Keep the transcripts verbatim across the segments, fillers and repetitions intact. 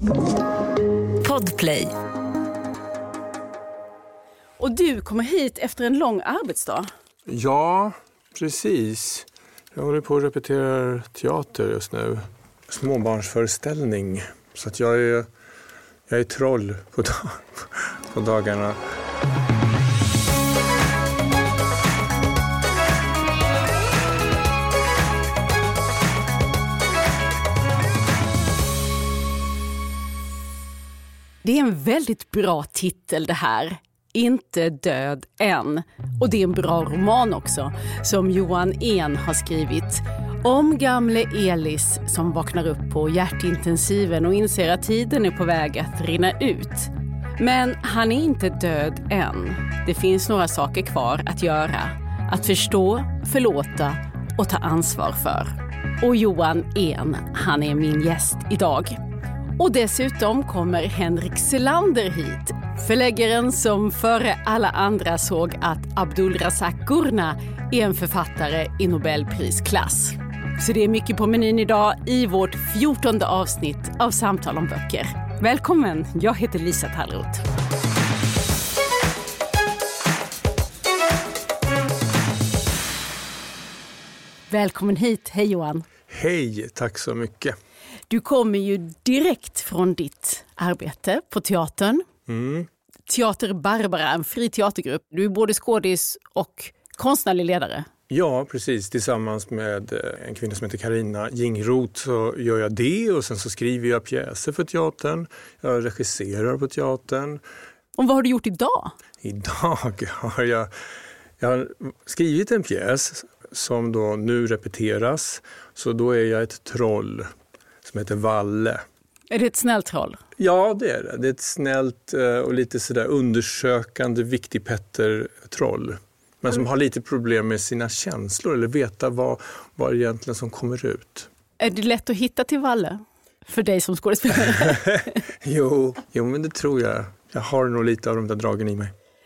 Podplay. Och du kommer hit efter en lång arbetsdag. Ja, precis. Jag håller på att repetera teater just nu. Småbarnsföreställning. Så att jag är, jag är troll på, dag, på dagarna. Det är en väldigt bra titel det här. Inte död än. Och det är en bra roman också, som Johan En har skrivit. Om gamle Elis som vaknar upp på hjärtintensiven och inser att tiden är på väg att rinna ut. Men han är inte död än. Det finns några saker kvar att göra. Att förstå, förlåta och ta ansvar för. Och Johan En, han är min gäst idag. Och dessutom kommer Henrik Selander hit. Förläggaren som före alla andra såg att Abdulrazak Gurnah är en författare i Nobelprisklass. Så det är mycket på menyn idag i vårt fjortonde avsnitt av Samtal om böcker. Välkommen, jag heter Lisa Tallroth. Välkommen hit, hej Johan. Hej, tack så mycket. Du kommer ju direkt från ditt arbete på teatern. Mm. Teater Barbara, en fri teatergrupp. Du är både skådis och konstnärlig ledare. Ja, precis. Tillsammans med en kvinna som heter Carina Jingroth så gör jag det. Och sen så skriver jag pjäser för teatern. Jag regisserar på teatern. Och vad har du gjort idag? Idag har jag, jag har skrivit en pjäs som då nu repeteras. Så då är jag ett troll som heter Valle. Är det ett snällt troll? Ja, det är det. Det är ett snällt och lite sådär undersökande viktigpetter-troll. Men som har lite problem med sina känslor eller veta vad, vad egentligen som kommer ut. Är det lätt att hitta till Valle för dig som skådespelare? jo, jo, men det tror jag. Jag har nog lite av de där dragen i mig.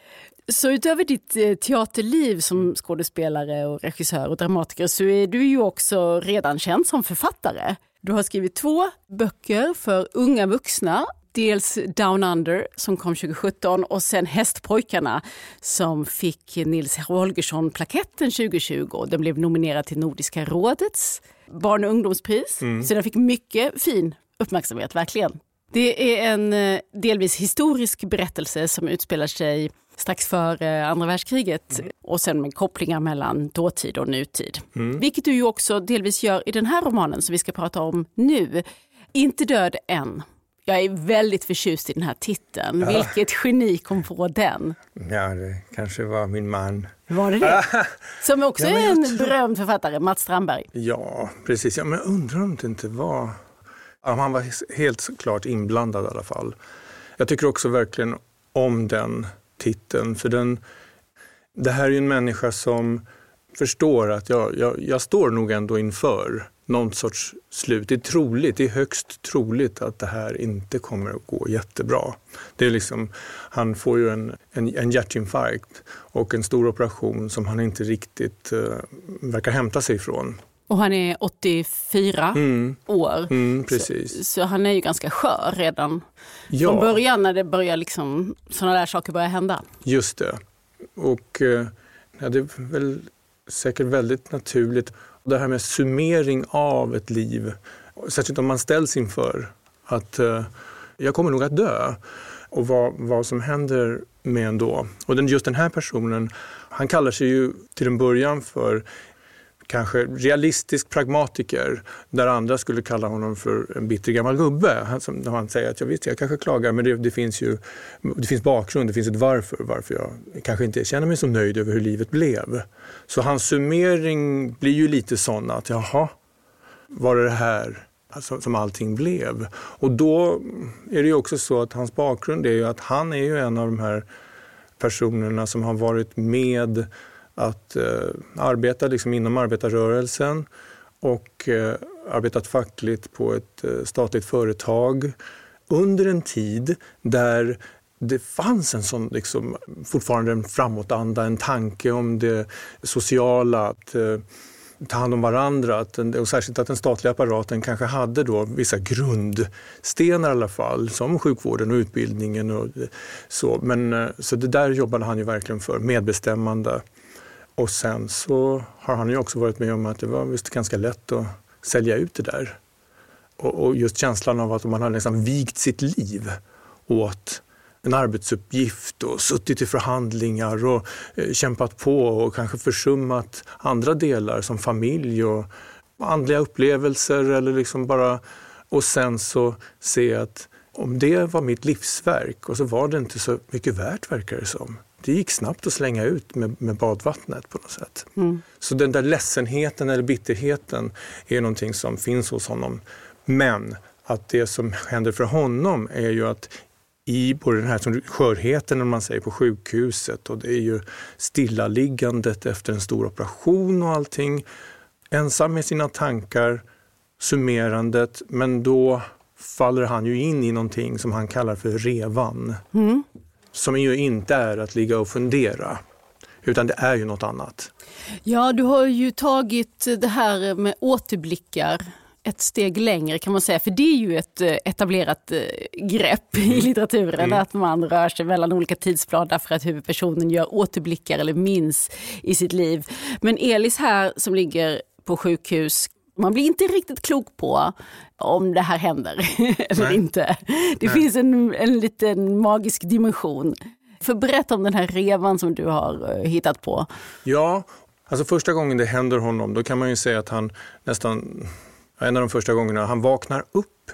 Så utöver ditt teaterliv som skådespelare och regissör och dramatiker så är du ju också redan känd som författare. Du har skrivit två böcker för unga vuxna. Dels Down Under som kom tjugo sjutton och sen Hästpojkarna som fick Nils Holgersson-plaketten tjugo tjugo. Den blev nominerad till Nordiska rådets barn- och ungdomspris. Mm. Så den fick mycket fin uppmärksamhet, verkligen. Det är en delvis historisk berättelse som utspelar sig strax före andra världskriget mm. och sen med kopplingar mellan dåtid och nutid. Mm. Vilket du ju också delvis gör i den här romanen som vi ska prata om nu. Inte död än. Jag är väldigt förtjust i den här titeln. Ja. Vilket geni kom på den. Ja, det kanske var min man. Var det det? Som också ja, är en tror... berömd författare, Mats Strandberg. Ja, precis. Ja, men jag undrar om det inte var... Ja, han var helt klart inblandad i alla fall. Jag tycker också verkligen om den titeln. För den, det här är ju en människa som förstår att jag, jag, jag står nog ändå inför någon sorts slut. Det är troligt, det är högst troligt att det här inte kommer att gå jättebra. Det är liksom, han får ju en, en, en hjärtinfarkt och en stor operation som han inte riktigt uh, verkar hämta sig ifrån. Och han är åttiofyra mm. år. Mm, precis. Så, så han är ju ganska skör redan ja. från början när det börjar liksom, sådana där saker börjar hända. Just det. Och ja, det är väl säkert väldigt naturligt. Det här med summering av ett liv. Särskilt om man ställs inför att uh, jag kommer nog att dö. Och vad, vad som händer med en då. Och den, just den här personen, han kallar sig ju till en början för kanske realistisk pragmatiker, där andra skulle kalla honom för en bitter gammal gubbe. Han, som, han säger att jag visst, jag kanske klagar, men det, det finns ju det finns bakgrund, det finns ett varför, varför jag kanske inte känner mig så nöjd över hur livet blev. Så hans summering blir ju lite sån att jaha, var det det här alltså, som allting blev? Och då är det ju också så att hans bakgrund är ju att han är ju en av de här personerna som har varit med att eh, arbeta liksom inom arbetarrörelsen och eh, arbetat fackligt på ett eh, statligt företag under en tid där det fanns en sån liksom, fortfarande en framåtanda, en tanke om det sociala, att eh, ta hand om varandra. Att den, och särskilt att den statliga apparaten kanske hade då vissa grundstenar i alla fall, som sjukvården och utbildningen och så. Men, så det där jobbade han ju verkligen för, medbestämmande. Och sen så har han ju också varit med om att det var visst ganska lätt att sälja ut det där. Och, och just känslan av att man har liksom vigt sitt liv åt en arbetsuppgift och suttit i förhandlingar och eh, kämpat på och kanske försummat andra delar som familj och andliga upplevelser eller liksom bara, och sen så se att om det var mitt livsverk och så var det inte så mycket värt, verkar det som. Det gick snabbt att slänga ut med, med badvattnet på något sätt. Mm. Så den där ledsenheten eller bitterheten är någonting som finns hos honom. Men att det som händer för honom är ju att i både den här som skörheten när man säger på sjukhuset, och det är ju stillaliggandet efter en stor operation och allting, ensam med sina tankar, summerandet, men då faller han ju in i någonting som han kallar för revan. Mm. Som ju inte är att ligga och fundera, utan det är ju något annat. Ja, du har ju tagit det här med återblickar ett steg längre, kan man säga. För det är ju ett etablerat grepp i litteraturen, mm. att man rör sig mellan olika tidsplaner för att huvudpersonen gör återblickar eller minns i sitt liv. Men Elis här som ligger på sjukhus, man blir inte riktigt klok på om det här händer eller Nej. inte. Det Nej. finns en, en liten magisk dimension. För berätta om den här revan som du har hittat på. Ja, alltså första gången det händer honom, då kan man ju säga att han nästan, en av de första gångerna, han vaknar upp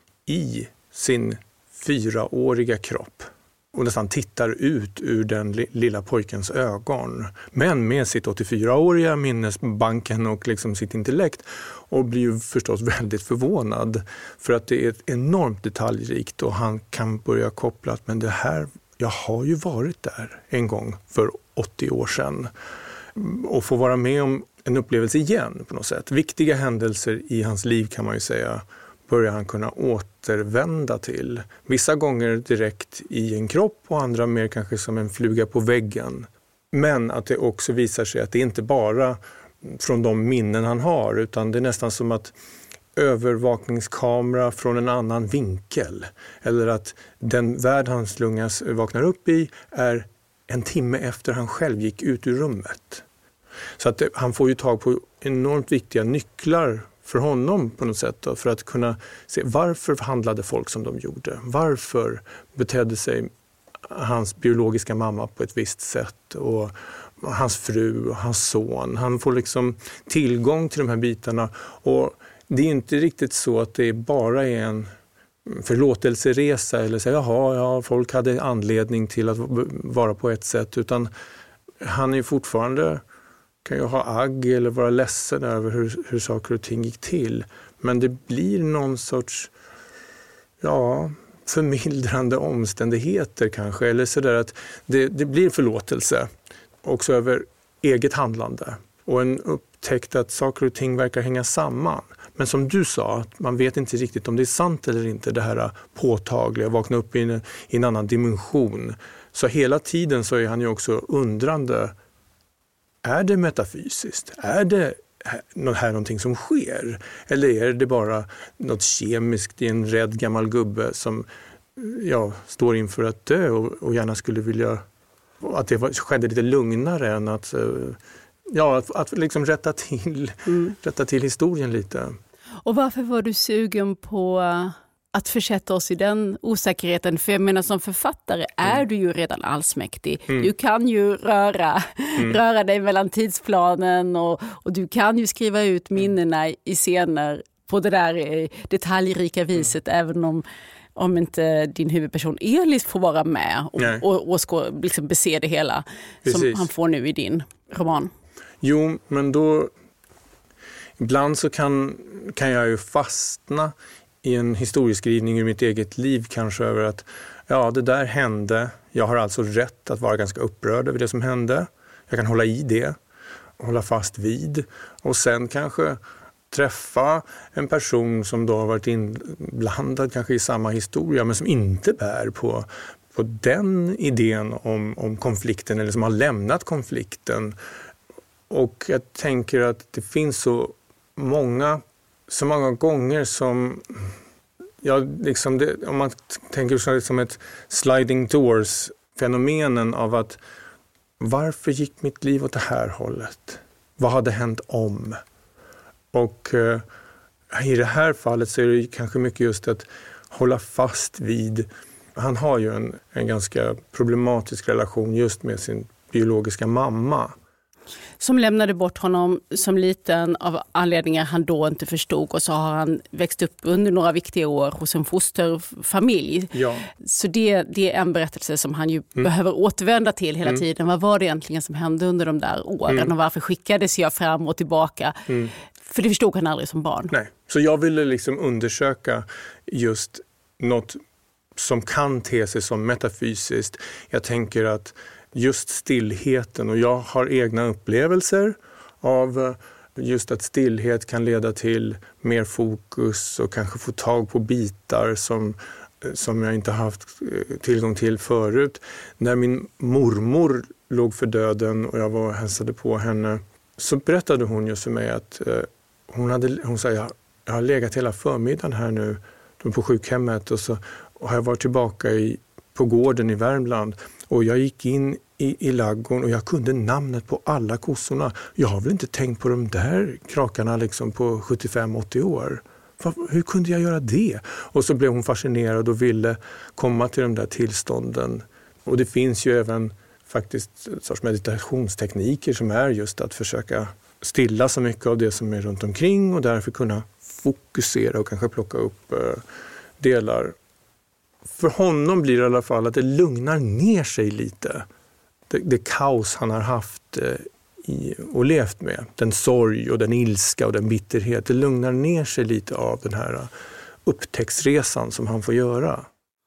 i sin fyraåriga kropp. Och nästan tittar ut ur den lilla pojkens ögon. Men med sitt åttiofyraåriga minnesbanken och liksom sitt intellekt. Och blir ju förstås väldigt förvånad. För att det är ett enormt detaljrikt. Och han kan börja koppla att men det här, jag har ju varit där en gång för åttio år sedan. Och få vara med om en upplevelse igen på något sätt. Viktiga händelser i hans liv kan man ju säga, börjar han kunna återvända till. Vissa gånger direkt i en kropp och andra mer kanske som en fluga på väggen. Men att det också visar sig att det inte bara från de minnen han har, utan det är nästan som att övervakningskamera från en annan vinkel. Eller att den värld han slungas vaknar upp i är en timme efter han själv gick ut ur rummet. Så att det, han får ju tag på enormt viktiga nycklar för honom på något sätt då, för att kunna se varför handlade folk som de gjorde. Varför betedde sig hans biologiska mamma på ett visst sätt och hans fru och hans son. Han får liksom tillgång till de här bitarna, och det är inte riktigt så att det bara är en förlåtelseresa eller säga jaha, ja, folk hade anledning till att vara på ett sätt, utan han är ju fortfarande, kan ju ha agg eller vara ledsen över hur, hur saker och ting gick till. Men det blir någon sorts ja, förmildrande omständigheter kanske. Eller sådär att det, det blir förlåtelse också över eget handlande. Och en upptäckt att saker och ting verkar hänga samman. Men som du sa, att man vet inte riktigt om det är sant eller inte. Det här påtagliga, vakna upp i en, i en annan dimension. Så hela tiden så är han ju också undrande. Är det metafysiskt? Är det här någonting som sker? Eller är det bara något kemiskt i en rädd gammal gubbe som ja, står inför att dö och, och gärna skulle vilja att det var, skedde lite lugnare än att, ja, att, att liksom rätta till, mm. rätta till historien lite. Och varför var du sugen på att försätta oss i den osäkerheten? För jag menar, som författare är mm. du ju redan allsmäktig. Mm. Du kan ju röra, mm. röra dig mellan tidsplanen och, och du kan ju skriva ut minnena i scener på det där detaljrika viset, mm. även om, om inte din huvudperson Elis får vara med och, och, och ska liksom bese det hela. Precis. Som han får nu i din roman. Jo, men då ibland så kan, kan jag ju fastna i en historieskrivning i mitt eget liv kanske över att ja, det där hände. Jag har alltså rätt att vara ganska upprörd över det som hände. Jag kan hålla i det, hålla fast vid, och sen kanske träffa en person som då har varit inblandad kanske i samma historia men som inte bär på, på den idén om, om konflikten eller som har lämnat konflikten. Och jag tänker att det finns så många, så många gånger som, ja, liksom det, om man tänker så som ett sliding doors, fenomenen av att varför gick mitt liv åt det här hållet? Vad hade hänt om? Och eh, i det här fallet så är det kanske mycket just att hålla fast vid, han har ju en, en ganska problematisk relation just med sin biologiska mamma. Som lämnade bort honom som liten av anledningar han då inte förstod, och så har han växt upp under några viktiga år hos en fosterfamilj. Ja. Så det, det är en berättelse som han ju Mm. behöver återvända till hela Mm. tiden. Vad var det egentligen som hände under de där åren Mm. och varför skickades jag fram och tillbaka? Mm. För det förstod han aldrig som barn. Nej, så jag ville liksom undersöka just något som kan te sig som metafysiskt. Jag tänker att just stillheten, och jag har egna upplevelser av just att stillhet kan leda till mer fokus och kanske få tag på bitar som, som jag inte haft tillgång till förut. När min mormor låg för döden och jag var och hälsade på henne, så berättade hon just för mig att hon, hade, hon sa jag, jag har legat hela förmiddagen här nu på sjukhemmet och så har jag varit tillbaka i, på gården i Värmland. Och jag gick in i, i laggården och jag kunde namnet på alla kossorna. Jag har väl inte tänkt på de där krakarna liksom på sjuttiofem åttio år. Hur kunde jag göra det? Och så blev hon fascinerad och ville komma till de där tillstånden. Och det finns ju även faktiskt en sorts meditationstekniker som är just att försöka stilla så mycket av det som är runt omkring och därför kunna fokusera och kanske plocka upp eh, delar. För honom blir det i alla fall att det lugnar ner sig lite. Det, det kaos han har haft eh, i, och levt med. Den sorg och den ilska och den bitterhet. Det lugnar ner sig lite av den här upptäcktsresan som han får göra.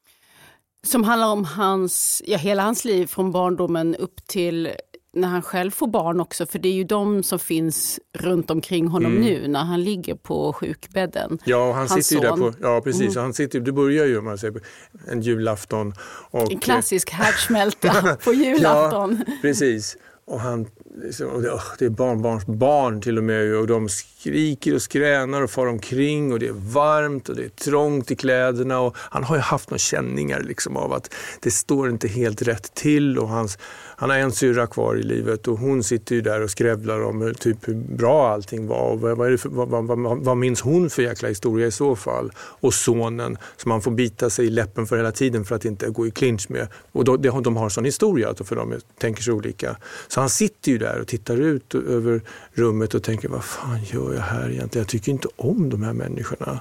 Som handlar om hans, ja, hela hans liv från barndomen upp till när han själv får barn också. För det är ju de som finns runt omkring honom mm. nu när han ligger på sjukbädden. Ja, han hans sitter ju där son. på, ja precis, Mm. han sitter, det börjar ju man säger, en julafton. Och, en klassisk härdsmälta på julafton. Ja, precis. Och han, och det, det är barnbarns barn till och med, och de skriker och skränar och far omkring och det är varmt och det är trångt i kläderna, och han har ju haft några känningar liksom av att det står inte helt rätt till, och hans, han har en syrra kvar i livet och hon sitter ju där och skrävlar om typ hur bra allting var och vad, är det för, vad, vad, vad, vad minns hon för jäkla historia i så fall, och sonen som man får bita sig i läppen för hela tiden för att inte gå i clinch med, och då, de, de har sån historia för de tänker så olika. Så han sitter ju där och tittar ut över rummet och tänker, vad fan gör jag här egentligen? Jag tycker inte om de här människorna.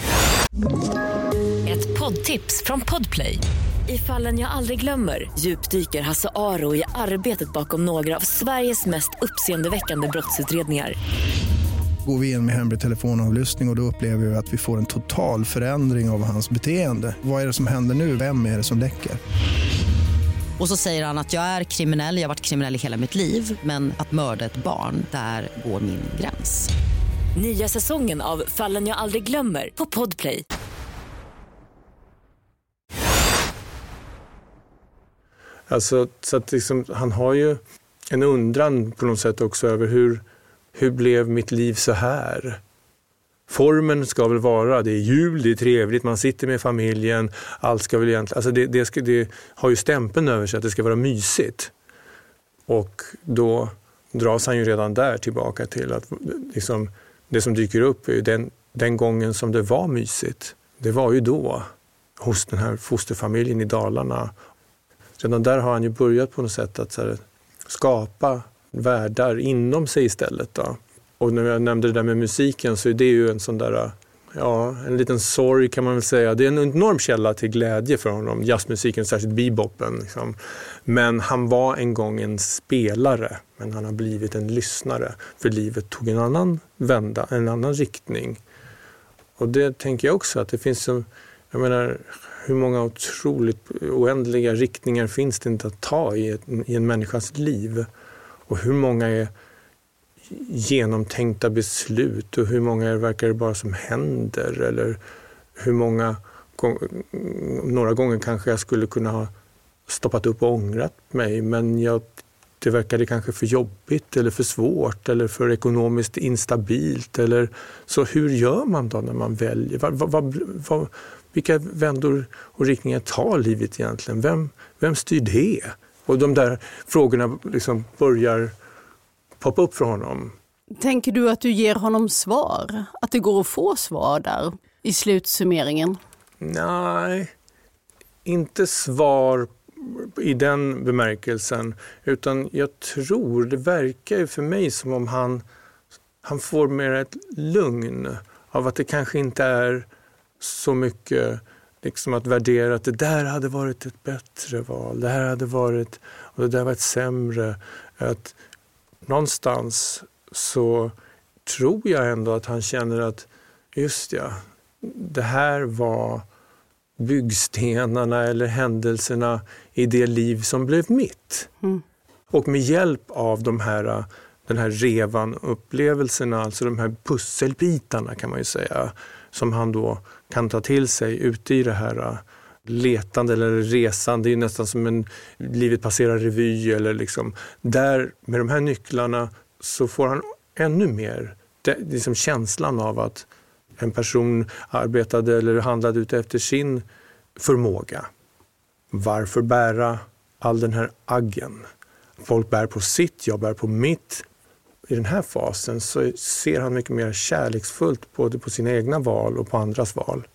Ett poddtips från Podplay. I Fallen jag aldrig glömmer djupdyker Hasse Aro i arbetet bakom några av Sveriges mest uppseendeväckande brottsutredningar. Går vi in med hemlig telefonavlyssning och, och då upplever vi att vi får en total förändring av hans beteende. Vad är det som händer nu? Vem är det som läcker? Och så säger han att jag är kriminell, jag har varit kriminell i hela mitt liv. Men att mörda ett barn, där går min gräns. Nya säsongen av Fallen jag aldrig glömmer på Podplay. Alltså, så att liksom, han har ju en undran på något sätt också över hur, hur blev mitt liv så här? Formen ska väl vara, det är jul, det är trevligt, man sitter med familjen, allt ska väl egentligen, alltså det, det, ska, det har ju stämpeln över sig att det ska vara mysigt. Och då dras han ju redan där tillbaka till att liksom, det som dyker upp är den, den gången som det var mysigt. Det var ju då hos den här fosterfamiljen i Dalarna. Redan där har han ju börjat på något sätt att så här, skapa världar inom sig istället då. Och när jag nämnde det där med musiken så är det ju en sån där, ja, en liten sorg kan man väl säga. Det är en enorm källa till glädje för honom, jazzmusiken, särskilt beboppen. Liksom. Men han var en gång en spelare, men han har blivit en lyssnare. För livet tog en annan vända, en annan riktning. Och det tänker jag också att det finns så, jag menar, hur många otroligt oändliga riktningar finns det inte att ta i, ett, i en människas liv? Och hur många är genomtänkta beslut och hur många är, verkar det bara som händer, eller hur många några gånger kanske jag skulle kunna ha stoppat upp och ångrat mig, men jag det verkade kanske för jobbigt eller för svårt eller för ekonomiskt instabilt. Eller, så hur gör man då när man väljer? Vad, vad, vad, vad, vilka vändor och riktningar tar livet egentligen? Vem, vem styr det? Och de där frågorna liksom börjar poppa upp för honom. Tänker du att du ger honom svar? Att det går att få svar där i slutsummeringen? Nej, inte svar i den bemärkelsen. Utan jag tror, det verkar ju för mig som om han, han får mer ett lugn av att det kanske inte är så mycket liksom att värdera att det där hade varit ett bättre val. Det här hade varit, och det där var ett sämre. Att någonstans så tror jag ändå att han känner att just ja, det här var byggstenarna eller händelserna i det liv som blev mitt. Mm. Och med hjälp av de här, den här revan upplevelserna, alltså de här pusselbitarna kan man ju säga, som han då kan ta till sig ute i det här letande eller resan. Det är nästan som en livet passerar revy eller liksom. Där med de här nycklarna så får han ännu mer det, liksom känslan av att en person arbetade eller handlade ut efter sin förmåga. Varför bära all den här aggen? Folk bär på sitt, jag bär på mitt. I den här fasen så ser han mycket mer kärleksfullt både på sina egna val och på andras val.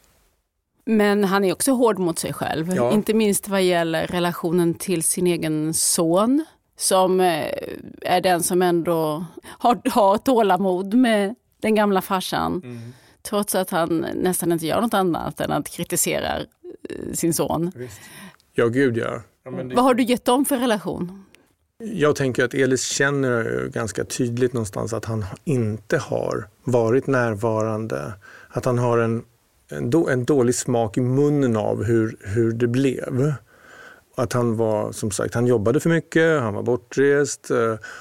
Men han är också hård mot sig själv. Ja. Inte minst vad gäller relationen till sin egen son. Som är den som ändå har, har tålamod med den gamla farsan. Mm. Trots att han nästan inte gör något annat än att kritisera sin son. Visst. Ja, gud ja. Ja, men det... Vad har du gett dem för relation? Jag tänker att Elis känner ganska tydligt någonstans att han inte har varit närvarande. Att han har en, en, då, en dålig smak i munnen av hur, hur det blev. Att han var, som sagt, han jobbade för mycket, han var bortrest,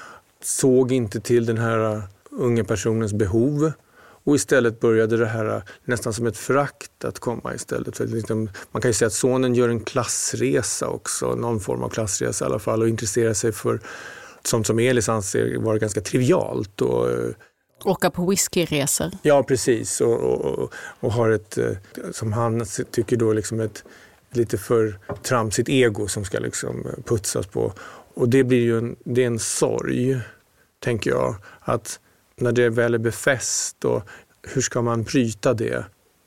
såg inte till den här unga personens behov. Och istället började det här nästan som ett frakt att komma istället. För liksom, man kan ju säga att sonen gör en klassresa också, någon form av klassresa i alla fall, och intresserar sig för sånt som Elis anser vara ganska trivialt. Och, åka på whiskyresor. Ja, precis. Och, och, och har ett, som han tycker då, liksom ett lite för tramsigt ego som ska liksom putsas på. Och det blir ju en, det är en sorg, tänker jag, att när det väl är befäst, och hur ska man bryta det?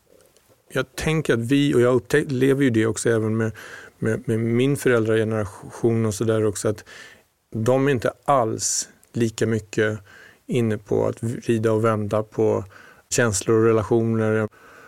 Jag tänker att vi, och jag upplever ju det också även med, med, med min föräldrageneration och sådär också, att de är inte alls lika mycket inne på att vrida och vända på känslor och relationer.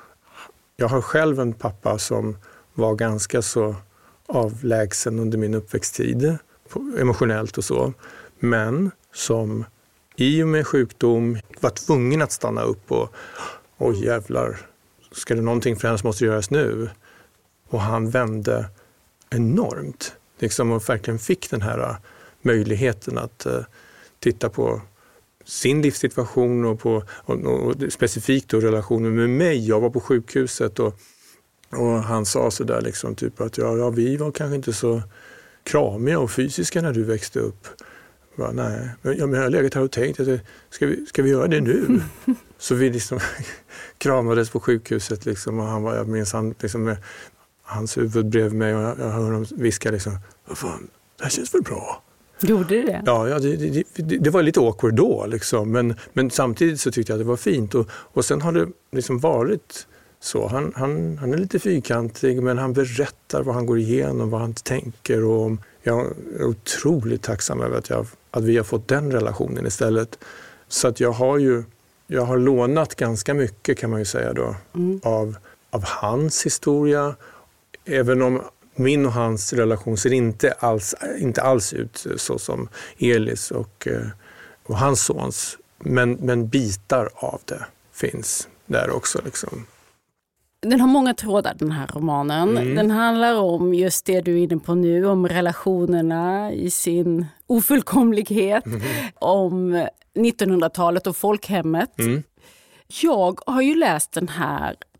Jag har själv en pappa som var ganska så avlägsen under min uppväxttid, emotionellt och så, men som i och med sjukdom var tvungen att stanna upp och oj jävlar, ska det någonting för henne som måste göras nu? Och han vände enormt. Liksom, och verkligen fick den här möjligheten att uh, titta på sin livssituation och, på, och, och specifikt då relationen med mig. Jag var på sjukhuset och, och han sa så där liksom, typ att ja, ja, vi var kanske inte så kramiga och fysiska när du växte upp. Bara, nej, jag har legat här och tänkt att ska vi, ska vi göra det nu? Så vi liksom kramades på sjukhuset liksom, och han var, jag minns han liksom med hans huvud bredvid mig och jag, jag hörde honom viska liksom, vad fan, det här känns väl bra. Gjorde det? Ja, ja det, det, det, det var lite awkward då liksom, men, men samtidigt så tyckte jag att det var fint och, och sen har det liksom varit så. Han, han, han är lite fyrkantig, men han berättar vad han går igenom, vad han tänker, och jag är otroligt tacksam över att, jag, att vi har fått den relationen istället. Så att jag har ju jag har lånat ganska mycket, kan man ju säga då, mm. av, av hans historia, även om min och hans relation ser inte alls, inte alls ut så som Elis och, och hans sons, men, men bitar av det finns där också liksom. Den har många trådar, den här romanen. Mm. Den handlar om just det du är inne på nu, om relationerna i sin ofullkomlighet, mm. om nittonhundratalet och folkhemmet. Mm. Jag har ju läst den här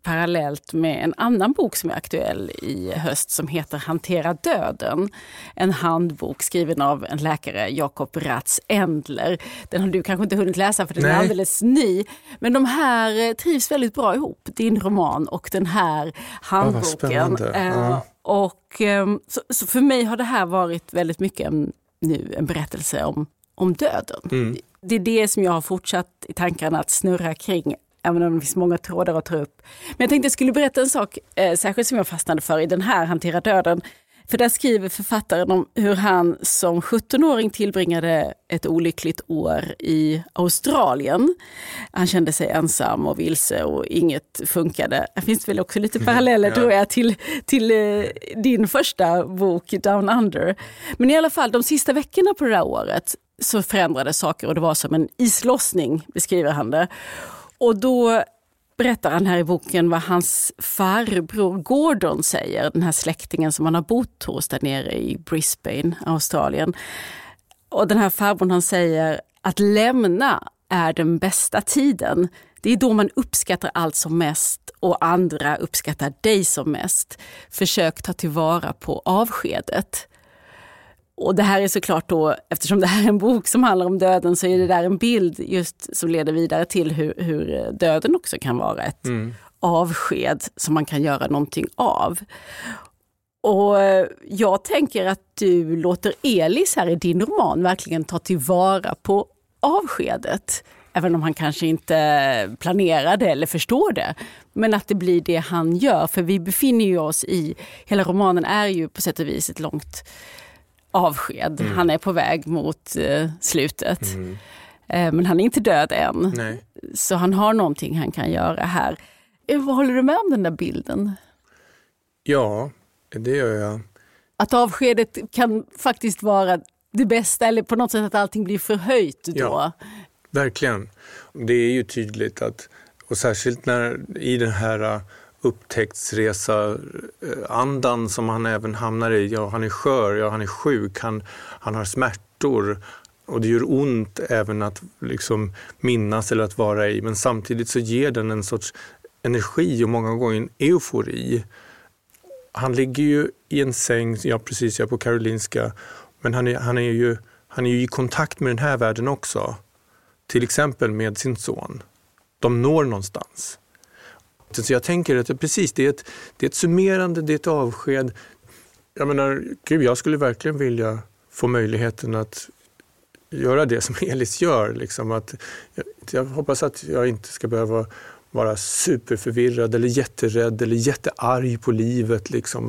parallellt med en annan bok som är aktuell i höst som heter Hantera döden. En handbok skriven av en läkare, Jakob Ratz-Endler. Den har du kanske inte hunnit läsa för den Nej. är alldeles ny. Men de här trivs väldigt bra ihop, din roman och den här handboken. Ja, ja. Och så, så för mig har det här varit väldigt mycket en, nu en berättelse om, om döden. Mm. Det är det som jag har fortsatt i tankarna att snurra kring, även om det finns många trådar att ta upp. Men jag tänkte jag skulle berätta en sak, eh, särskilt som jag fastnade för i den här Hantera döden. För där skriver författaren om hur han som sjuttonåring tillbringade ett olyckligt år i Australien. Han kände sig ensam och vilse och inget funkade. Det finns väl också lite paralleller, mm, ja. tror jag, till, till eh, din första bok Down Under. Men i alla fall, de sista veckorna på det där året så förändrades saker och det var som en islossning, beskriver han det. Och då berättar han här i boken vad hans farbror Gordon säger, den här släktingen som han har bott hos där nere i Brisbane, Australien. Och den här farbrorn, han säger att lämna är den bästa tiden. Det är då man uppskattar allt som mest och andra uppskattar dig som mest. Försök ta tillvara på avskedet. Och det här är såklart då, eftersom det här är en bok som handlar om döden, så är det där en bild just som leder vidare till hur, hur döden också kan vara ett mm. avsked som man kan göra någonting av. Och jag tänker att du låter Elis här i din roman verkligen ta tillvara på avskedet. Även om han kanske inte planerar det eller förstår det. Men att det blir det han gör. För vi befinner ju oss i, hela romanen är ju på sätt och vis ett långt avsked. Mm. Han är på väg mot uh, slutet. Mm. Uh, men han är inte död än. Nej. Så han har någonting han kan göra här. Uh, vad håller du med om den där bilden? Ja, det gör jag. Att avskedet kan faktiskt vara det bästa, eller på något sätt att allting blir förhöjt då. Ja, verkligen. Det är ju tydligt att, och särskilt när i den här upptäcktsresa andan som han även hamnar i. Ja, han är skör, ja, han är sjuk, han, han har smärtor och det gör ont även att liksom minnas eller att vara i. Men samtidigt så ger den en sorts energi och många gånger en eufori. Han ligger ju i en säng, ja precis, ja, på Karolinska, men han är, han, är ju, han är ju i kontakt med den här världen också. Till exempel med sin son. De når någonstans. Så jag tänker att det, precis, det är, ett, det är ett summerande, det är ett avsked. Jag menar, gud, jag skulle verkligen vilja få möjligheten att göra det som Elis gör. Liksom, att, jag, jag hoppas att jag inte ska behöva vara superförvirrad eller jätterädd eller jättearg på livet. Liksom.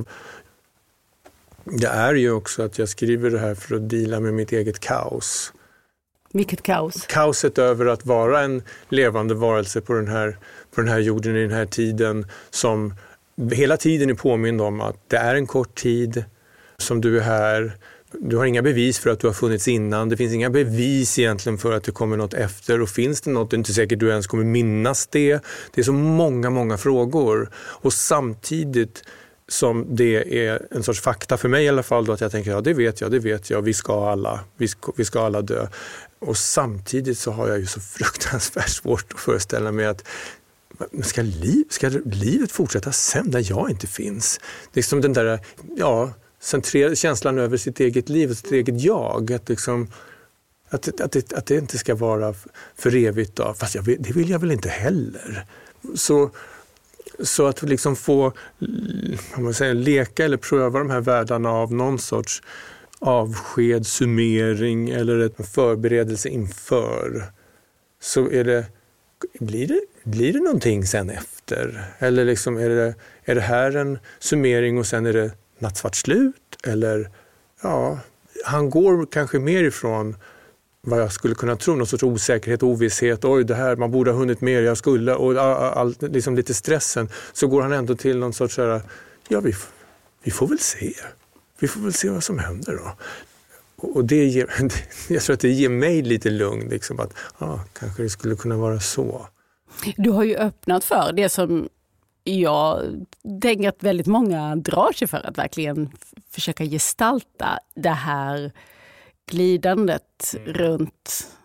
Det är ju också att jag skriver det här för att dela med mitt eget kaos. Vilket kaos? Kaoset över att vara en levande varelse på den här, på den här jorden i den här tiden som hela tiden är påmind om att det är en kort tid som du är här. Du har inga bevis för att du har funnits innan. Det finns inga bevis egentligen för att det kommer något efter. Och finns det något, det är inte säkert du ens kommer minnas det. Det är så många, många frågor. Och samtidigt som det är en sorts fakta för mig i alla fall då, att jag tänker, ja det vet jag, det vet jag, vi ska alla, vi ska, vi ska alla dö. Och samtidigt så har jag ju så fruktansvärt svårt att föreställa mig att ska, liv, ska livet fortsätta sen där jag inte finns? Det är som den där, ja, centrerade känslan över sitt eget liv och sitt eget jag. Att, liksom, att, att, det, att det inte ska vara för evigt då. Fast jag, det vill jag väl inte heller. Så... Så att liksom få om man säger, leka eller pröva de här världarna av någon sorts avsked, summering eller en förberedelse inför, så är det, blir det, blir det någonting sen efter? Eller liksom är det, är det här en summering och sen är det nattsvart slut? Eller ja, han går kanske mer ifrån vad jag skulle kunna tro, någon sorts osäkerhet, ovisshet, oj det här, man borde ha hunnit mer, jag skulle, och all, liksom lite stressen, så går han ändå till någon sorts här, ja vi, vi får väl se, vi får väl se vad som händer då. Och det ger, jag tror att det ger mig lite lugn, liksom att ja, kanske det skulle kunna vara så. Du har ju öppnat för det som jag tänker att väldigt många drar sig för, att verkligen försöka gestalta det här glidandet mm. runt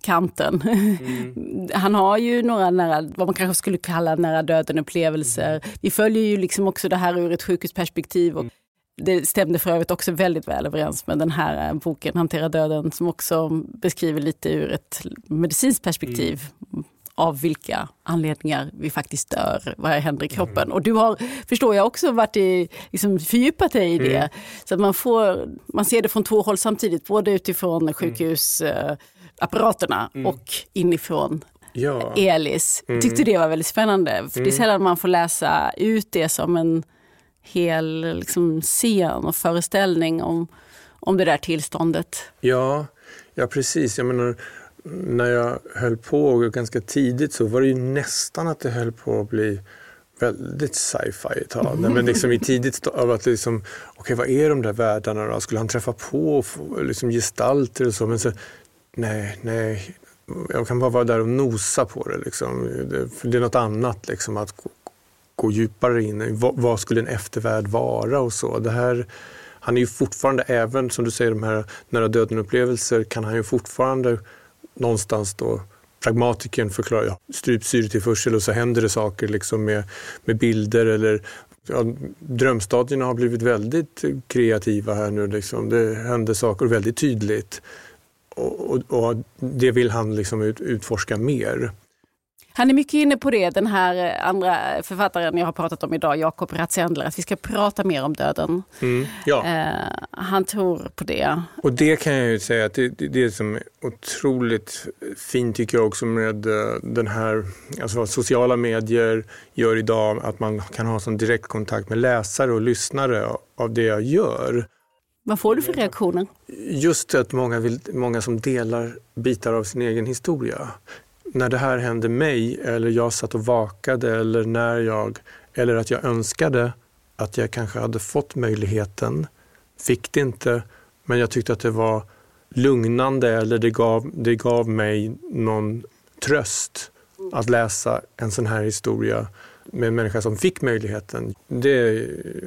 kanten. Mm. Han har ju några nära, vad man kanske skulle kalla nära döden-upplevelser. Vi följer ju liksom också det här ur ett sjukhusperspektiv och det stämde för övrigt också väldigt väl överens med den här boken Hantera döden som också beskriver lite ur ett medicinskt perspektiv mm. av vilka anledningar vi faktiskt dör, vad händer i kroppen. Mm. Och du har, förstår jag, också varit i, liksom, fördjupat dig i det. Mm. Så att man, får, man ser det från två håll samtidigt, både utifrån sjukhusapparaterna mm. och inifrån ja. Elis. Jag tyckte det var väldigt spännande. För mm. det är sällan man får läsa ut det som en hel liksom, scen och föreställning om, om det där tillståndet. Ja, ja precis. Jag menar, när jag höll på ganska tidigt så var det ju nästan att det höll på att bli väldigt sci-fi ett tag. Mm. Men liksom i tidigt av att liksom, okej okay, vad är de där världarna då? Skulle han träffa på liksom gestalter och så? Men så, nej, nej. Jag kan bara vara där och nosa på det liksom. Det, för det är något annat liksom att gå, gå djupare in i vad, vad skulle en eftervärld vara och så. Det här, han är ju fortfarande, även som du säger, de här nära döden-upplevelser kan han ju fortfarande någonstans då pragmatiken förklarar ja, strypsyretillförsel och så händer det saker liksom med, med bilder eller ja, drömstadierna har blivit väldigt kreativa här nu liksom. Det händer saker väldigt tydligt och, och, och det vill han liksom ut, utforska mer. Han är mycket inne på det, den här andra författaren jag har pratat om idag, Jakob Ratzendler, att vi ska prata mer om döden. Mm, ja. eh, han tror på det. Och det kan jag ju säga att det, det, det är som är otroligt fint tycker jag också med uh, den här, alltså vad sociala medier gör idag, att man kan ha sån direkt kontakt med läsare och lyssnare av, av det jag gör. Vad får du för reaktioner? Just att många, vill, många som delar bitar av sin egen historia. När det här hände mig eller jag satt och vakade eller när jag eller att jag önskade att jag kanske hade fått möjligheten, fick det inte, men jag tyckte att det var lugnande eller det gav, det gav mig någon tröst att läsa en sån här historia med en människa som fick möjligheten. Det är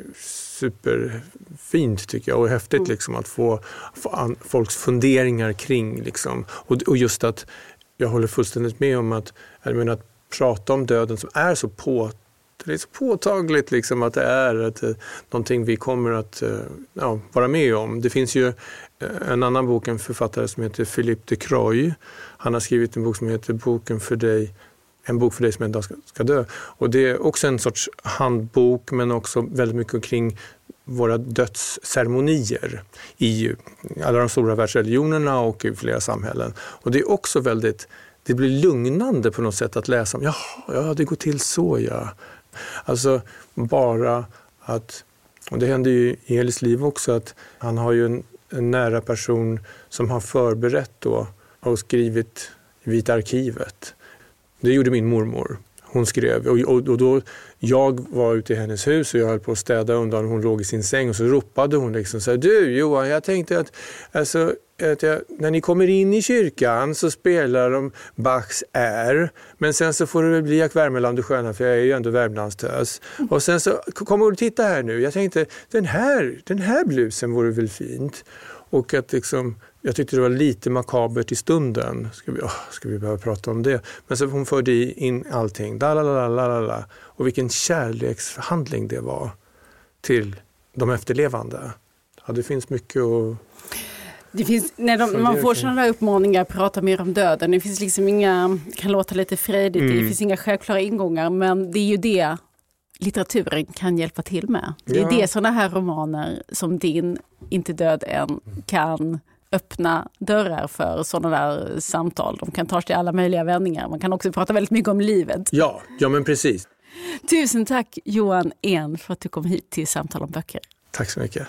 superfint tycker jag och häftigt liksom att få, få an, folks funderingar kring liksom. och, och just att jag håller fullständigt med om att, jag menar, att prata om döden som är så, på, det är så påtagligt liksom, att det är ett, någonting vi kommer att ja, vara med om. Det finns ju en annan bok, en författare som heter Philippe de Croy. Han har skrivit en bok som heter Boken för dig, en bok för dig som en dag ska, ska dö. Och det är också en sorts handbok men också väldigt mycket kring våra dödsceremonier i alla de stora världsreligionerna och i flera samhällen. Och det är också väldigt, det blir lugnande på något sätt att läsa om, ja, ja det går till så, ja. Alltså bara att, och det händer ju i Elis liv också, att han har ju en, en nära person som har förberett då och skrivit i Vita arkivet. Det gjorde min mormor. Hon skrev och, och, och då jag var ute i hennes hus och jag höll på att städa undan och hon låg i sin säng och så ropade hon liksom så här, du Johan, jag tänkte att, alltså, att jag, när ni kommer in i kyrkan så spelar de Bachs R, men sen så får det väl bli Jack Värmeland du sköna, för jag är ju ändå Värmlandstös. Mm. Och sen så kommer du titta här nu, jag tänkte den här, den här blusen vore väl fint. Och att liksom, jag tyckte det var lite makabert i stunden. Ska vi, oh, ska vi behöva prata om det? Men så hon förde in allting. Dalalala, och vilken kärlekshandling det var till de efterlevande. Ja, det finns mycket att... Det finns, när de, man får sådana där uppmaningar att prata mer om döden. Det finns liksom inga, kan låta lite frejdigt, mm. det finns inga självklara ingångar. Men det är ju det litteraturen kan hjälpa till med. Det är ja. det sådana här romaner som din Inte död än kan öppna dörrar för sådana där samtal. De kan ta sig till alla möjliga vändningar. Man kan också prata väldigt mycket om livet. Ja, ja men precis. Tusen tack Johan En för att du kom hit till Samtal om böcker. Tack så mycket.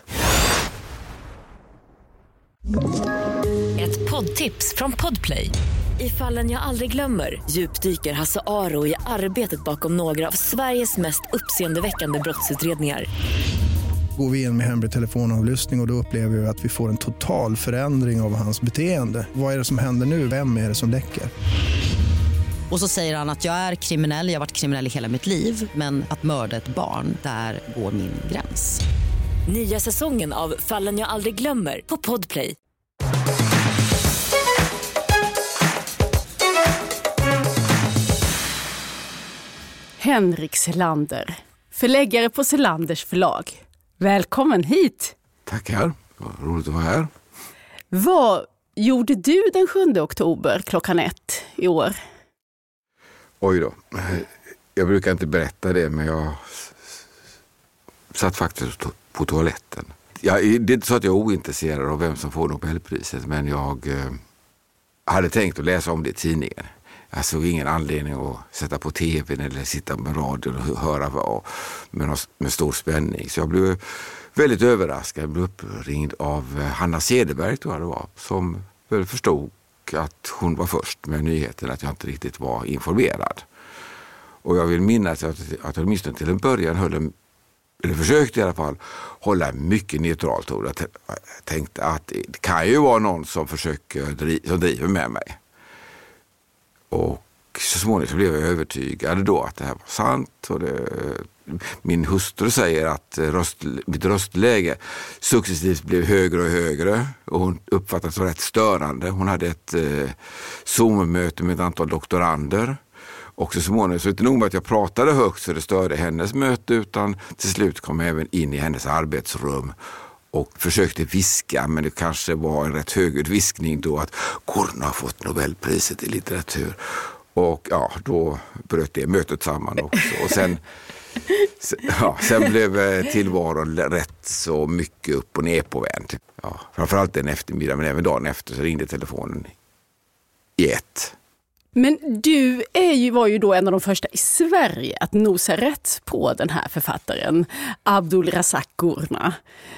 Ett poddtips från Podplay. I Fallen jag aldrig glömmer djupdyker Hasse Aro i arbetet bakom några av Sveriges mest uppseendeväckande brottsutredningar. Går vi in med hemlig telefonavlyssning och, och då upplever vi att vi får en total förändring av hans beteende. Vad är det som händer nu? Vem är det som läcker? Och så säger han att jag är kriminell, jag har varit kriminell i hela mitt liv. Men att mörda ett barn, där går min gräns. Nya säsongen av Fallen jag aldrig glömmer på Podplay. Henrik Selander, förläggare på Selanders förlag. Välkommen hit! Tackar, vad roligt att vara här. Vad gjorde du den sjunde oktober klockan ett i år? Oj då, jag brukar inte berätta det, men jag satt faktiskt på toaletten. Jag, det är inte så att jag är ointresserad av vem som får Nobelpriset, men jag eh, hade tänkt att läsa om det i tidningen. Jag såg ingen anledning att sätta på tvn eller sitta med radion och höra vad, med, med stor spänning. Så jag blev väldigt överraskad. Jag blev uppringd av Hanna Cederberg, tror jag det var, som väl förstod att hon var först med nyheten, att jag inte riktigt var informerad. Och jag vill minnas att, att jag åtminstone till en början höll en, eller försökte i alla fall, hålla mycket neutralt ord. Jag tänkte att det kan ju vara någon som försöker som driver med mig. Och så småningom så blev jag övertygad då att det här var sant. Och det, min hustru säger att röst, mitt röstläge successivt blev högre och högre. Och hon uppfattade det som rätt störande. Hon hade ett eh, Zoom-möte med ett antal doktorander. Och så småningom så inte nog med att jag pratade högt så det störde hennes möte, utan till slut kom jag även in i hennes arbetsrum och försökte viska, men det kanske var en rätt högljudd viskning då, att Gurna har fått Nobelpriset i litteratur. Och ja, då bröt det mötet samman också. Och sen, ja, sen blev tillvaron rätt så mycket upp och ner på vänd. Ja, framförallt den eftermiddag, men även dagen efter så ringde telefonen i ett. Men du är ju, var ju då en av de första i Sverige att nosa rätt på den här författaren, Abdulrazak Gurna.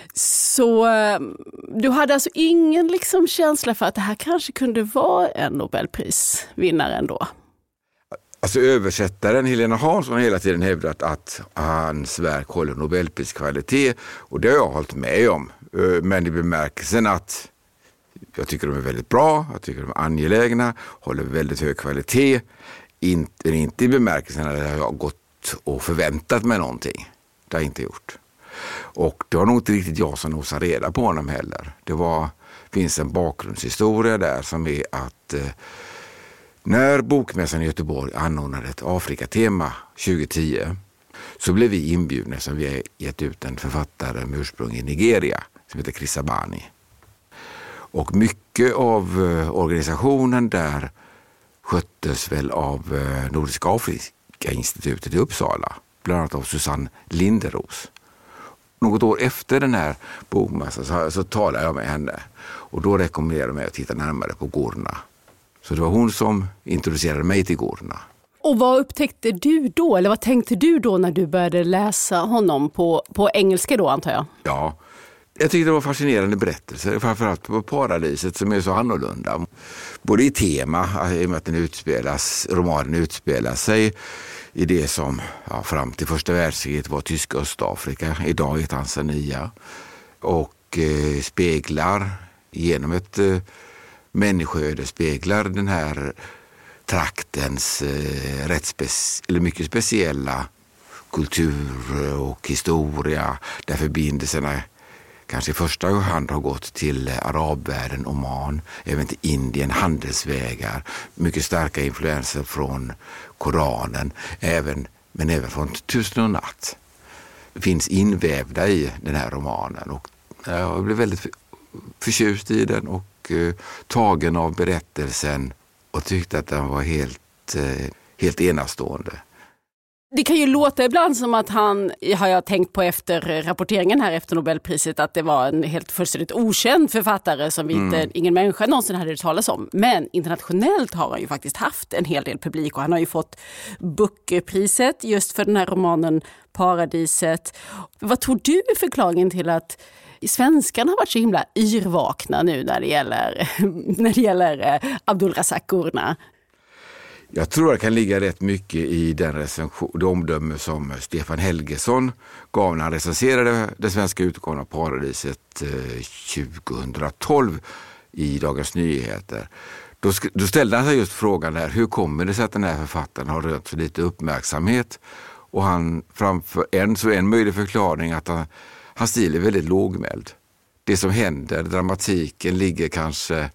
Så du hade alltså ingen liksom känsla för att det här kanske kunde vara en Nobelprisvinnare ändå? Alltså översättaren Helena Hansson har hela tiden hävdat att hans verk håller Nobelpriskvalitet, och det har jag hållit med om. Men i bemärkelsen att jag tycker de är väldigt bra, jag tycker de är angelägna, håller väldigt hög kvalitet. Inte, inte i bemärkelsen att jag har gått och förväntat mig någonting. Det har jag inte gjort. Och det var nog inte riktigt jag som nosade reda på honom heller. Det var, finns en bakgrundshistoria där som är att eh, när Bokmässan i Göteborg anordnade ett Afrikatema tjugohundratio så blev vi inbjudna, som vi har gett ut en författare med ursprung i Nigeria som heter Chris Abani. Och mycket av organisationen där sköttes väl av Nordiska Afrika-institutet i Uppsala, bland annat av Susanne Linderos. Något år efter den här bokmässan så, så talade jag med henne, och då rekommenderade jag mig att titta närmare på Gurna. Så det var hon som introducerade mig till Gurna. Och vad upptäckte du då, eller vad tänkte du då när du började läsa honom på, på engelska då, antar jag? Ja, jag tyckte det var fascinerande berättelser, framförallt på Paradiset som är så annorlunda. Både i tema, i och med att den utspelas, romanen utspelar sig i det som ja, fram till första världskriget var tyska Östafrika, idag i Tanzania. Och eh, speglar genom ett eh, människoöde, speglar den här traktens eh, rätt spec- eller mycket speciella kultur och historia, där förbindelserna kanske i första hand har gått till arabvärlden, Oman, även till Indien, handelsvägar, mycket starka influenser från Koranen, även, men även från Tusen och natt. Det finns invävda i den här romanen, och jag blev väldigt förtjust i den och eh, tagen av berättelsen och tyckte att den var helt, eh, helt enastående. Det kan ju låta ibland som att han, har jag tänkt på efter rapporteringen här efter Nobelpriset, att det var en helt fullständigt okänd författare som inte, mm. ingen människa någonsin hade hört talas om. Men internationellt har han ju faktiskt haft en hel del publik, och han har ju fått Bookerpriset just för den här romanen Paradiset. Vad tror du är förklaringen till att svenskarna har varit så himla yrvakna nu när det gäller, när det gäller Abdulrazak Gurna? Jag tror det kan ligga rätt mycket i den recension, det omdöme som Stefan Helgesson gav när han recenserade den svenska utgåvan av Paradiset tjugohundratolv i Dagens Nyheter. Då, då ställde han sig just frågan där, hur kommer det sig att den här författaren har rönt så lite uppmärksamhet? Och han framför en, så en möjlig förklaring att han, hans stil är väldigt lågmäld. Det som händer, dramatiken ligger kanske...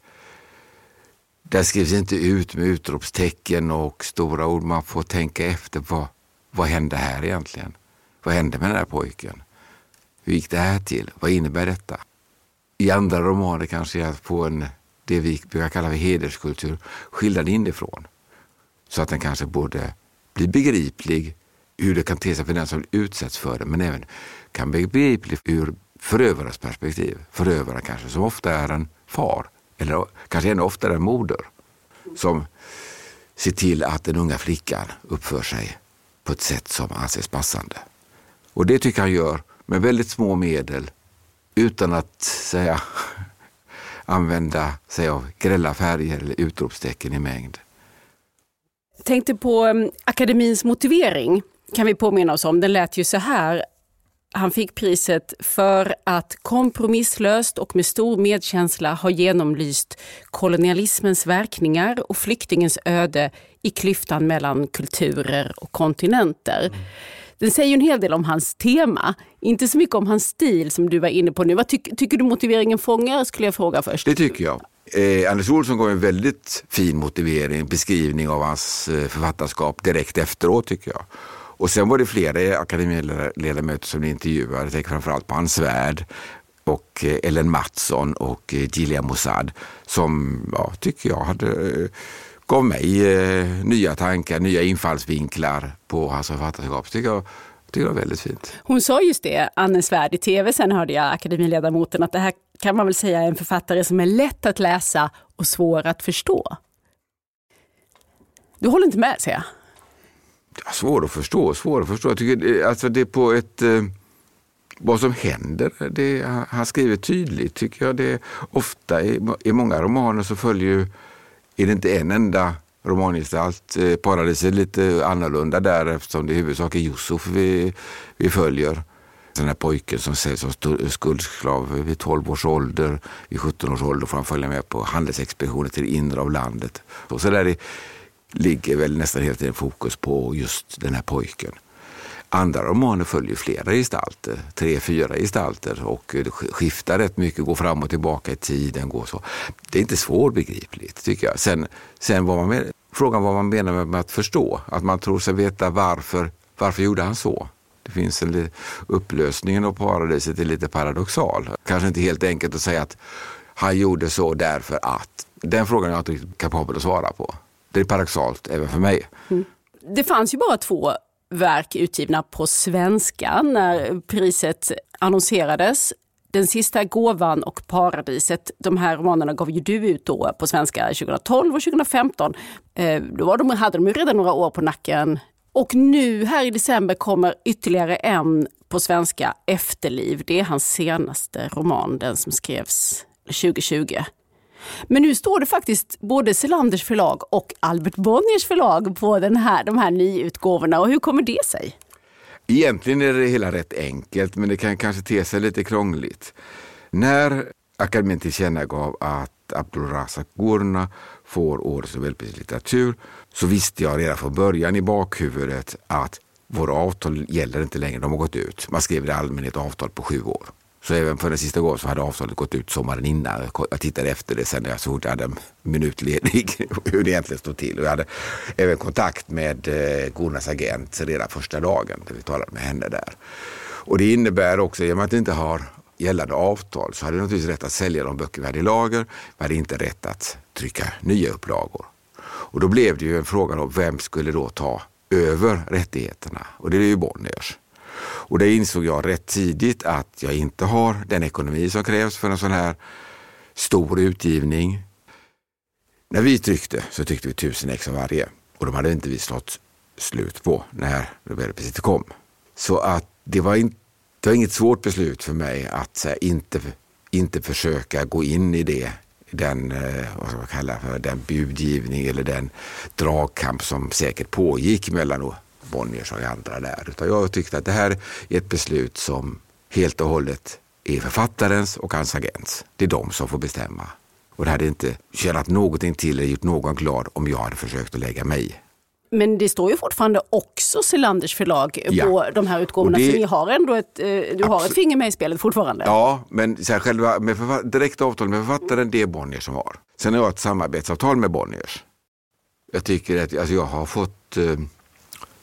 Där skrivs inte ut med utropstecken och stora ord. Man får tänka efter vad, vad hände här egentligen? Vad hände med den här pojken? Hur gick det här till? Vad innebär detta? I andra romaner kanske jag på en, det vi brukar kalla för hederskultur, skildrad inifrån. Så att den kanske borde bli begriplig hur det kan te sig för den som utsätts för det, men även kan bli begriplig ur förövares perspektiv. Förövaren kanske som ofta är en far, eller kanske ännu oftare en moder, som ser till att den unga flickan uppför sig på ett sätt som anses passande. Och det tycker han gör med väldigt små medel, utan att säga, använda sig av grälla färger eller utropstecken i mängd. Tänkte på um, akademins motivering, kan vi påminna oss om. Den lät ju så här. Han fick priset för att kompromisslöst och med stor medkänsla ha genomlyst kolonialismens verkningar och flyktingens öde i klyftan mellan kulturer och kontinenter. Mm. Den säger ju en hel del om hans tema, inte så mycket om hans stil som du var inne på nu. Vad ty- tycker du motiveringen fångar, skulle jag fråga först. Det tycker jag. Eh, Anders Olsson gav en väldigt fin motivering, beskrivning av hans eh, författarskap direkt efteråt, tycker jag. Och sen var det flera akademiledamöter som intervjuade, jag tänker framförallt på Ann Svärd och eh, Ellen Mattsson och eh, Gillian Mossad, som ja, tycker jag hade... Eh, gav mig eh, nya tankar, nya infallsvinklar på hans författarskap. Tycker jag, tycker jag är väldigt fint. Hon sa just det, Anne Svärd i tv, sen hörde jag akademiledamoten, att det här kan man väl säga är en författare som är lätt att läsa och svår att förstå. Du håller inte med, säger jag? Ja, svår att förstå, svår att förstå. Jag tycker alltså det är på ett... Eh, vad som händer, det, han skriver tydligt, tycker jag. Det ofta i, i många romaner så följer ju, är det inte en enda romangestalt. Eh, Paradiset är lite annorlunda där, eftersom det i huvudsak är Yusuf vi, vi följer. Den här pojken som sägs som skuldslav vid tolv års ålder, vid sjutton års ålder får han följa med på handelsexpeditioner till det inre av landet. Och så där det ligger väl nästan helt i fokus på just den här pojken. Andra romaner följer flera gestalter, tre, fyra gestalter, och skiftar rätt mycket, går fram och tillbaka i tiden. Går så. Det är inte svårbegripligt, tycker jag. Sen, sen vad man men, frågan vad man menar med att förstå. Att man tror sig veta varför, varför gjorde han så. Det finns en upplösningen av Paradiset är lite paradoxal. Kanske inte helt enkelt att säga att han gjorde så därför att. Den frågan är jag inte riktigt kapabel att svara på. Det är paradoxalt även för mig. Mm. Det fanns ju bara två verk utgivna på svenska när priset annonserades. Den sista gåvan och Paradiset, de här romanerna gav ju du ut då på svenska tjugohundratolv och tjugohundrafemton. Eh, då var de, hade de ju redan några år på nacken. Och nu här i december kommer ytterligare en på svenska, Efterliv. Det är hans senaste roman, den som skrevs tjugohundratjugo. Men nu står det faktiskt både Selanders förlag och Albert Bonniers förlag på den här, de här nyutgåvorna. Och hur kommer det sig? Egentligen är det hela rätt enkelt, men det kan kanske te sig lite krångligt. När akademin tillkännagav att Abdulrazak Gurna får årets Nobelprislitteratur, så visste jag redan från början i bakhuvudet att våra avtal gäller inte längre, de har gått ut. Man skrev i allmänhet avtal på sju år. Så även för den sista gången så hade avtalet gått ut sommaren innan. Jag tittade efter det sen när jag så fort jag hade en minut ledig hur det egentligen stod till. Och jag hade även kontakt med eh, Gurnas agent redan första dagen när vi talade med henne där. Och det innebär också, i och med att det inte har gällande avtal, så hade vi naturligtvis rätt att sälja de böcker vi hade i lager. Vi hade inte rätt att trycka nya upplagor. Och då blev det ju en fråga om vem skulle då ta över rättigheterna. Och det är ju Bonniers. Och det insåg jag rätt tidigt att jag inte har den ekonomi som krävs för en sån här stor utgivning. När vi tryckte så tryckte vi tusen ex av varje. Och de hade inte vi slått slut på när Nobelpriset kom. Så att det var, in, det var inget svårt beslut för mig att här, inte, inte försöka gå in i det. Den, vad ska man kalla för, den budgivning eller den dragkamp som säkert pågick mellan Bonniers och andra där. Utan jag tyckte att det här är ett beslut som helt och hållet är författarens och hans agents. Det är de som får bestämma. Och det hade inte tjänat någonting till eller gjort någon glad om jag hade försökt att lägga mig i. Men det står ju fortfarande också Selanders förlag ja. på de här utgåvorna. Det, så ni har ändå ett, du absolut. har ett finger med i spelet fortfarande. Ja, men så här, själva med författ- direkt avtal med författaren, det är Bonniers som har. Sen har jag ett samarbetsavtal med Bonniers. Jag tycker att alltså, jag har fått... Eh,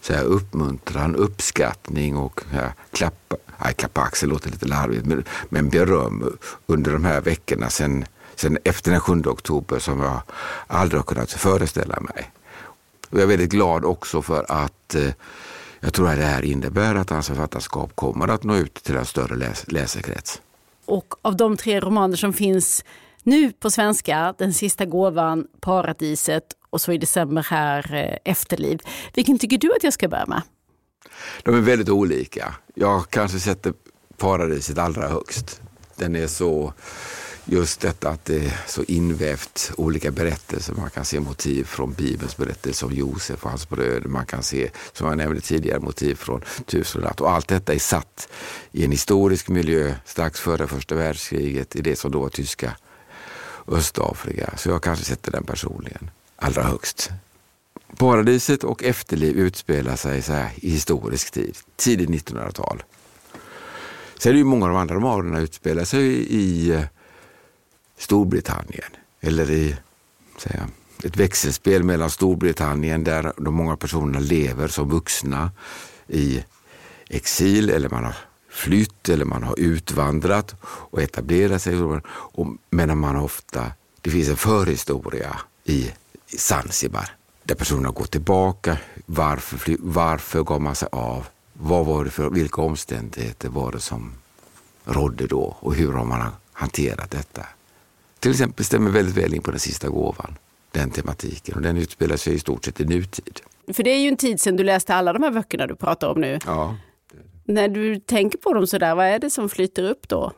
så här, uppmuntran, uppskattning och ja, klappa, nej, klappa axel låter lite larvigt, men, men beröm under de här veckorna sen, sen efter den sjunde oktober som jag aldrig har kunnat föreställa mig. Och jag är väldigt glad också för att eh, jag tror att det här innebär att hans författarskap kommer att nå ut till en större läs- läsekrets. Och av de tre romaner som finns nu på svenska, Den sista gåvan, Paradiset och så i december här eh, Efterliv. Vilken tycker du att jag ska börja med? De är väldigt olika. Jag kanske sätter Paradiset allra högst. Den är så, just detta att det är så invävt olika berättelser. Man kan se motiv från Bibelns berättelse om Josef och hans bröder. Man kan se, som jag nämnde tidigare, motiv från Tusen och natt. Och allt detta är satt i en historisk miljö strax före första världskriget i det som då var tyska Östafrika. Så jag kanske sätter den personligen allra högst. Paradiset och Efterliv utspelar sig så här i historisk tid, tidigt nittonhundratal. Sen är det ju många av de andra romanerna utspelar sig i Storbritannien eller i säga, ett växelspel mellan Storbritannien där de många personerna lever som vuxna i exil eller man har flytt eller man har utvandrat och etablerat sig. Och, men man har ofta, det finns en förhistoria i Zanzibar där personerna går tillbaka. Varför, fly, varför gav man sig av? Vad var det för, vilka omständigheter var det som rådde då? Och hur har man hanterat detta? Till exempel stämmer väldigt väl in på Den sista gåvan. Den tematiken. Och den utspelar sig i stort sett i nutid. För det är ju en tid sedan du läste alla de här böckerna du pratar om nu. Ja. När du tänker på dem så där, vad är det som flyter upp då?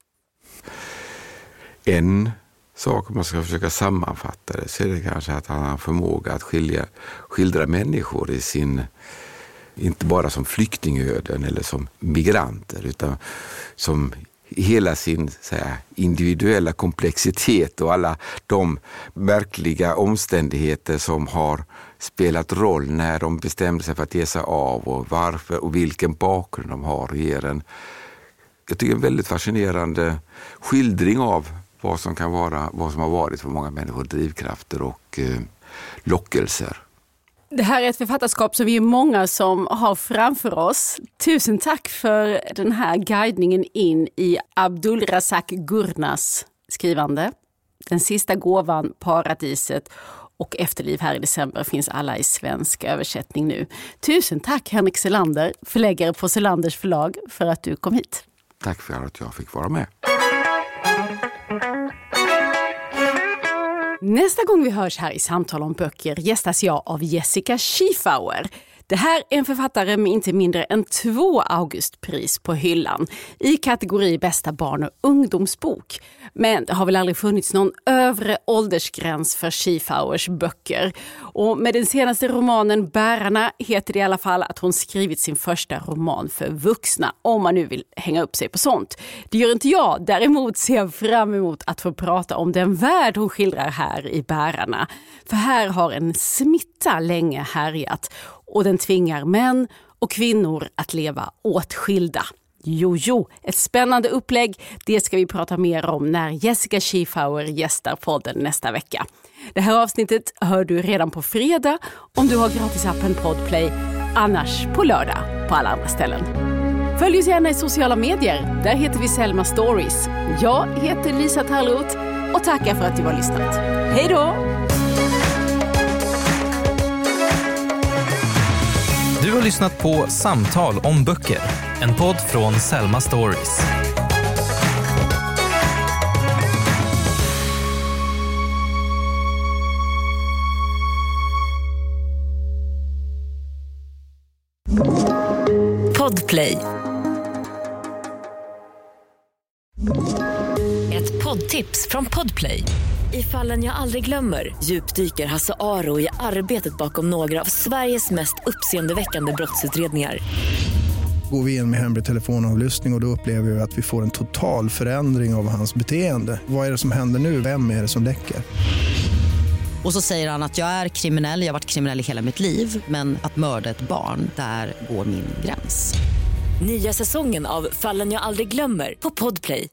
En sak om man ska försöka sammanfatta det så är det kanske att han har förmåga att skilja, skildra människor i sin, inte bara som flyktingöden eller som migranter utan som hela sin så här, individuella komplexitet och alla de märkliga omständigheter som har spelat roll när de bestämde sig för att ge sig av och varför och vilken bakgrund de har och ger en, jag tycker en väldigt fascinerande skildring av vad som kan vara, vad som har varit för många människor drivkrafter och eh, lockelser. Det här är ett författarskap som vi är många som har framför oss. Tusen tack för den här guidningen in i Abdulrazak Gurnas skrivande. Den sista gåvan, Paradiset och Efterliv här i december finns alla i svensk översättning nu. Tusen tack Henrik Selander, förläggare på Selanders förlag, för att du kom hit. Tack för att jag fick vara med. Nästa gång vi hörs här i Samtal om böcker gästas jag av Jessica Schiefauer. Det här är en författare med inte mindre än två Augustpris på hyllan i kategori bästa barn- och ungdomsbok. Men det har väl aldrig funnits någon övre åldersgräns för Schiefauers böcker. Och med den senaste romanen Bärarna heter det i alla fall att hon skrivit sin första roman för vuxna, om man nu vill hänga upp sig på sånt. Det gör inte jag, däremot ser jag fram emot att få prata om den värld hon skildrar här i Bärarna. För här har en smitta länge härjat och den tvingar män och kvinnor att leva åtskilda. Jo, jo, ett spännande upplägg. Det ska vi prata mer om när Jessica Schiefauer gästar podden nästa vecka. Det här avsnittet hör du redan på fredag om du har gratisappen Podplay. Annars på lördag på alla andra ställen. Följ oss gärna i sociala medier. Där heter vi Selma Stories. Jag heter Lisa Tallroth och tackar för att du har lyssnat. Hej då! Du har lyssnat på Samtal om böcker, en podd från Selma Stories. Podplay. Ett poddtips från Podplay. I Fallen jag aldrig glömmer djupdyker Hasse Aro i arbetet bakom några av Sveriges mest uppseendeväckande brottsutredningar. Går vi in med hemlig telefonavlyssning och, och då upplever vi att vi får en total förändring av hans beteende. Vad är det som händer nu? Vem är det som läcker? Och så säger han att jag är kriminell, jag har varit kriminell i hela mitt liv. Men att mörda ett barn, där går min gräns. Nya säsongen av Fallen jag aldrig glömmer på Podplay.